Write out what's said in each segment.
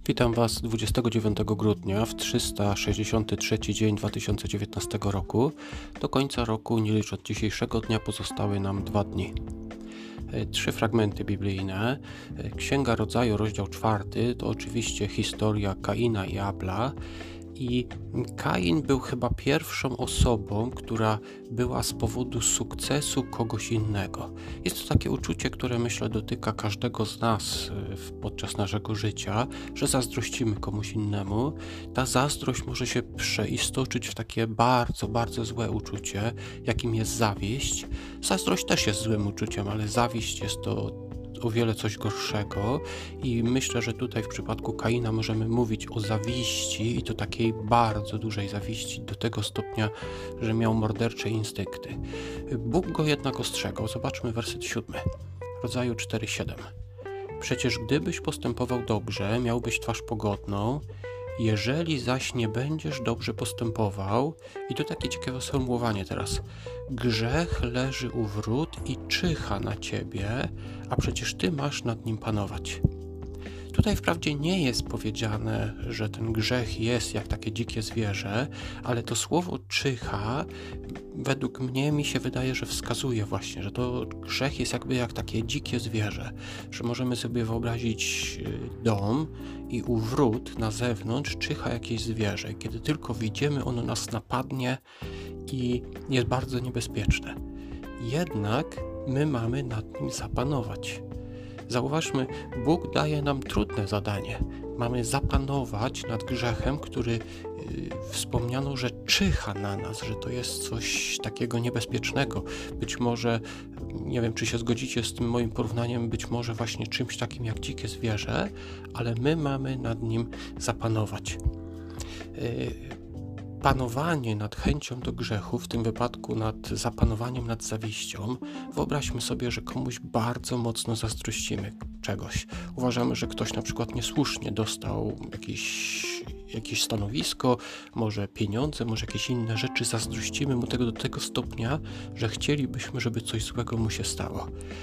Witam Was 29 grudnia w 363 dzień 2019 roku. Do końca roku, nie licz od dzisiejszego dnia, pozostały nam 2 dni. 3 fragmenty biblijne. Księga Rodzaju, rozdział 4, to oczywiście historia Kaina i Abla. I Kain był chyba pierwszą osobą, która była z powodu sukcesu kogoś innego. Jest to takie uczucie, które myślę dotyka każdego z nas podczas naszego życia, że zazdrościmy komuś innemu. Ta zazdrość może się przeistoczyć w takie bardzo, bardzo złe uczucie, jakim jest zawiść. Zazdrość też jest złym uczuciem, ale zawiść jest to o wiele coś gorszego i myślę, że tutaj w przypadku Kaina możemy mówić o zawiści i to takiej bardzo dużej zawiści do tego stopnia, że miał mordercze instynkty. Bóg go jednak ostrzegał. Zobaczmy werset 7. Rodzaju 4:7. Przecież gdybyś postępował dobrze, miałbyś twarz pogodną, jeżeli zaś nie będziesz dobrze postępował, i to takie ciekawe sformułowanie teraz, grzech leży u wrót i czyha na ciebie, a przecież ty masz nad nim panować. Tutaj wprawdzie nie jest powiedziane, że ten grzech jest jak takie dzikie zwierzę, ale to słowo czyha według mnie mi się wydaje, że wskazuje właśnie, że to grzech jest jakby jak takie dzikie zwierzę, że możemy sobie wyobrazić dom i u wrót na zewnątrz czyha jakieś zwierzę. Kiedy tylko widzimy, ono nas napadnie i jest bardzo niebezpieczne. Jednak my mamy nad nim zapanować. Zauważmy, Bóg daje nam trudne zadanie. Mamy zapanować nad grzechem, który wspomniano, że czyha na nas, że to jest coś takiego niebezpiecznego. Być może, nie wiem, czy się zgodzicie z tym moim porównaniem, być może właśnie czymś takim jak dzikie zwierzę, ale my mamy nad nim zapanować. Panowanie nad chęcią do grzechu, w tym wypadku nad zapanowaniem nad zawiścią, wyobraźmy sobie, że komuś bardzo mocno zazdrościmy czegoś. Uważamy, że ktoś na przykład niesłusznie dostał jakieś stanowisko, może pieniądze, może jakieś inne rzeczy, zazdrościmy mu tego do tego stopnia, że chcielibyśmy, żeby coś złego mu się stało.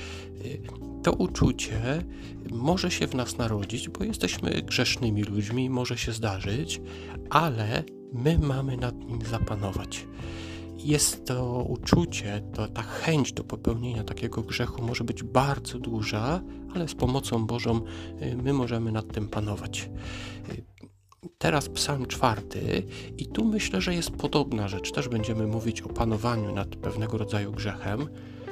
To uczucie może się w nas narodzić, bo jesteśmy grzesznymi ludźmi, może się zdarzyć, ale my mamy nad nim zapanować. Jest to uczucie, ta chęć do popełnienia takiego grzechu może być bardzo duża, ale z pomocą Bożą my możemy nad tym panować. Teraz Psalm 4 i tu myślę, że jest podobna rzecz. Też będziemy mówić o panowaniu nad pewnego rodzaju grzechem.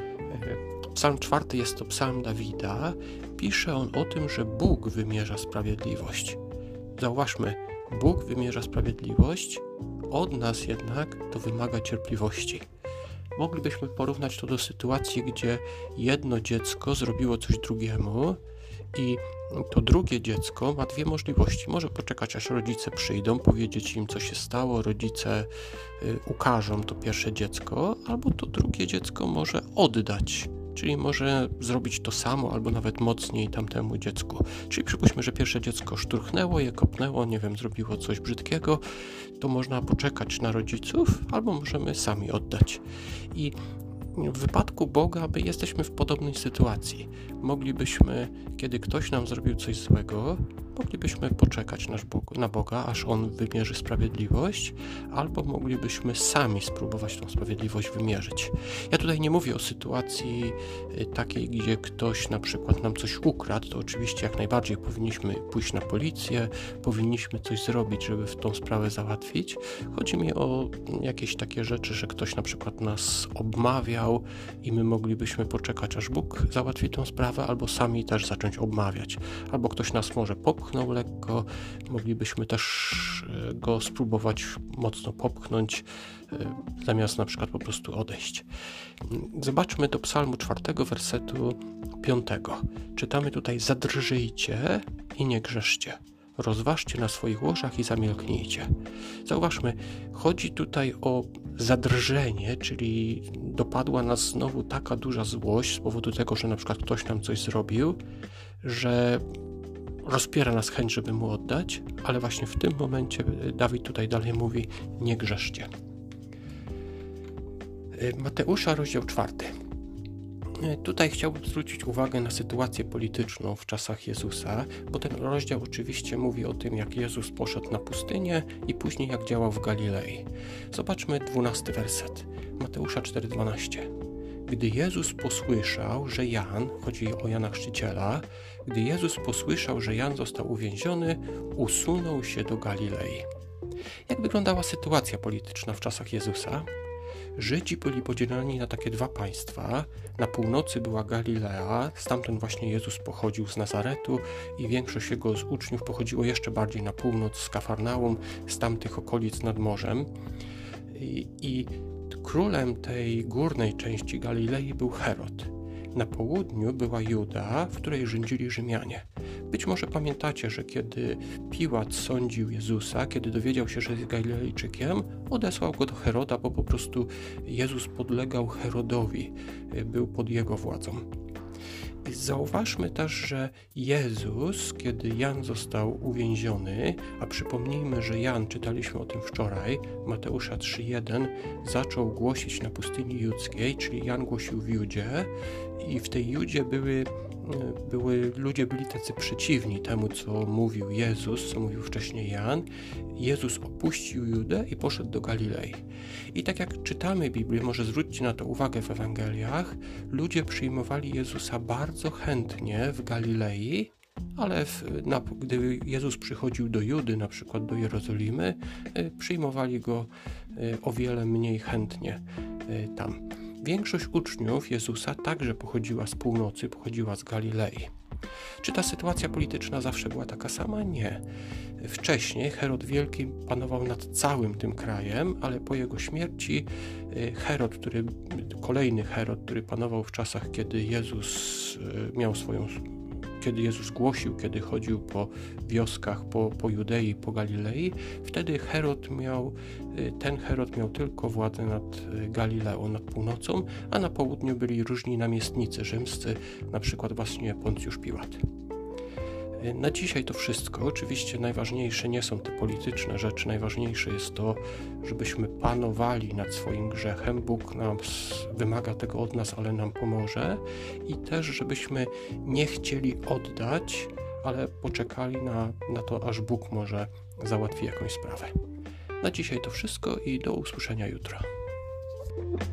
Psalm 4 jest to psalm Dawida. Pisze on o tym, że Bóg wymierza sprawiedliwość. Zauważmy, Bóg wymierza sprawiedliwość, od nas jednak to wymaga cierpliwości. Moglibyśmy porównać to do sytuacji, gdzie jedno dziecko zrobiło coś drugiemu i to drugie dziecko ma 2 możliwości. Może poczekać, aż rodzice przyjdą, powiedzieć im, co się stało, rodzice ukażą to pierwsze dziecko, albo to drugie dziecko może oddać. Czyli może zrobić to samo, albo nawet mocniej tamtemu dziecku. Czyli przypuśćmy, że pierwsze dziecko szturchnęło je, kopnęło, nie wiem, zrobiło coś brzydkiego, to można poczekać na rodziców, albo możemy sami oddać. I w wypadku Boga my jesteśmy w podobnej sytuacji. Moglibyśmy, kiedy ktoś nam zrobił coś złego, moglibyśmy poczekać na Boga, aż On wymierzy sprawiedliwość, albo moglibyśmy sami spróbować tą sprawiedliwość wymierzyć. Ja tutaj nie mówię o sytuacji takiej, gdzie ktoś na przykład nam coś ukradł, to oczywiście jak najbardziej powinniśmy pójść na policję, powinniśmy coś zrobić, żeby tą sprawę załatwić. Chodzi mi o jakieś takie rzeczy, że ktoś na przykład nas obmawiał i my moglibyśmy poczekać, aż Bóg załatwi tą sprawę, albo sami też zacząć obmawiać. Albo ktoś nas może popchnął lekko, moglibyśmy też go spróbować mocno popchnąć, zamiast na przykład po prostu odejść. Zobaczmy do Psalmu 4, wersetu 5. Czytamy tutaj: zadrżyjcie i nie grzeszcie. Rozważcie na swoich łożach i zamilknijcie. Zauważmy, chodzi tutaj o zadrżenie, czyli dopadła nas znowu taka duża złość z powodu tego, że na przykład ktoś nam coś zrobił, że rozpiera nas chęć, żeby mu oddać, ale właśnie w tym momencie Dawid tutaj dalej mówi: nie grzeszcie. Mateusza, rozdział 4. Tutaj chciałbym zwrócić uwagę na sytuację polityczną w czasach Jezusa, bo ten rozdział oczywiście mówi o tym, jak Jezus poszedł na pustynię i później jak działał w Galilei. Zobaczmy 12 werset, Mateusza 4,12. Gdy Jezus posłyszał, że Jan, chodzi o Jana Chrzciciela, gdy Jezus posłyszał, że Jan został uwięziony, usunął się do Galilei. Jak wyglądała sytuacja polityczna w czasach Jezusa? Żydzi byli podzieleni na takie dwa państwa. Na północy była Galilea, stamtąd właśnie Jezus pochodził z Nazaretu i większość jego z uczniów pochodziło jeszcze bardziej na północ z Kafarnaum, z tamtych okolic nad morzem. I królem tej górnej części Galilei był Herod. Na południu była Juda, w której rządzili Rzymianie. Być może pamiętacie, że kiedy Piłat sądził Jezusa, kiedy dowiedział się, że jest Galilejczykiem, odesłał go do Heroda, bo po prostu Jezus podlegał Herodowi, był pod jego władzą. I zauważmy też, że Jezus, kiedy Jan został uwięziony, a przypomnijmy, że Jan, czytaliśmy o tym wczoraj, Mateusza 3,1, zaczął głosić na pustyni judzkiej, czyli Jan głosił w Judzie i w tej Judzie ludzie byli tacy przeciwni temu, co mówił Jezus, co mówił wcześniej Jan. Jezus opuścił Judę i poszedł do Galilei. I tak jak czytamy Biblię, może zwróćcie na to uwagę w Ewangeliach, ludzie przyjmowali Jezusa bardzo chętnie w Galilei, ale gdy Jezus przychodził do Judy, na przykład do Jerozolimy, przyjmowali go o wiele mniej chętnie tam. Większość uczniów Jezusa także pochodziła z północy, pochodziła z Galilei. Czy ta sytuacja polityczna zawsze była taka sama? Nie. Wcześniej Herod Wielki panował nad całym tym krajem, ale po jego śmierci kolejny Herod, który panował w czasach, kiedy Jezus głosił, kiedy chodził po wioskach, po Judei, po Galilei, wtedy ten Herod miał tylko władzę nad Galileą, nad północą, a na południu byli różni namiestnicy rzymscy, na przykład właśnie Poncjusz Piłat. Na dzisiaj to wszystko. Oczywiście najważniejsze nie są te polityczne rzeczy, najważniejsze jest to, żebyśmy panowali nad swoim grzechem. Bóg wymaga tego od nas, ale nam pomoże i też, żebyśmy nie chcieli oddać, ale poczekali na to, aż Bóg może załatwi jakąś sprawę. Na dzisiaj to wszystko i do usłyszenia jutro.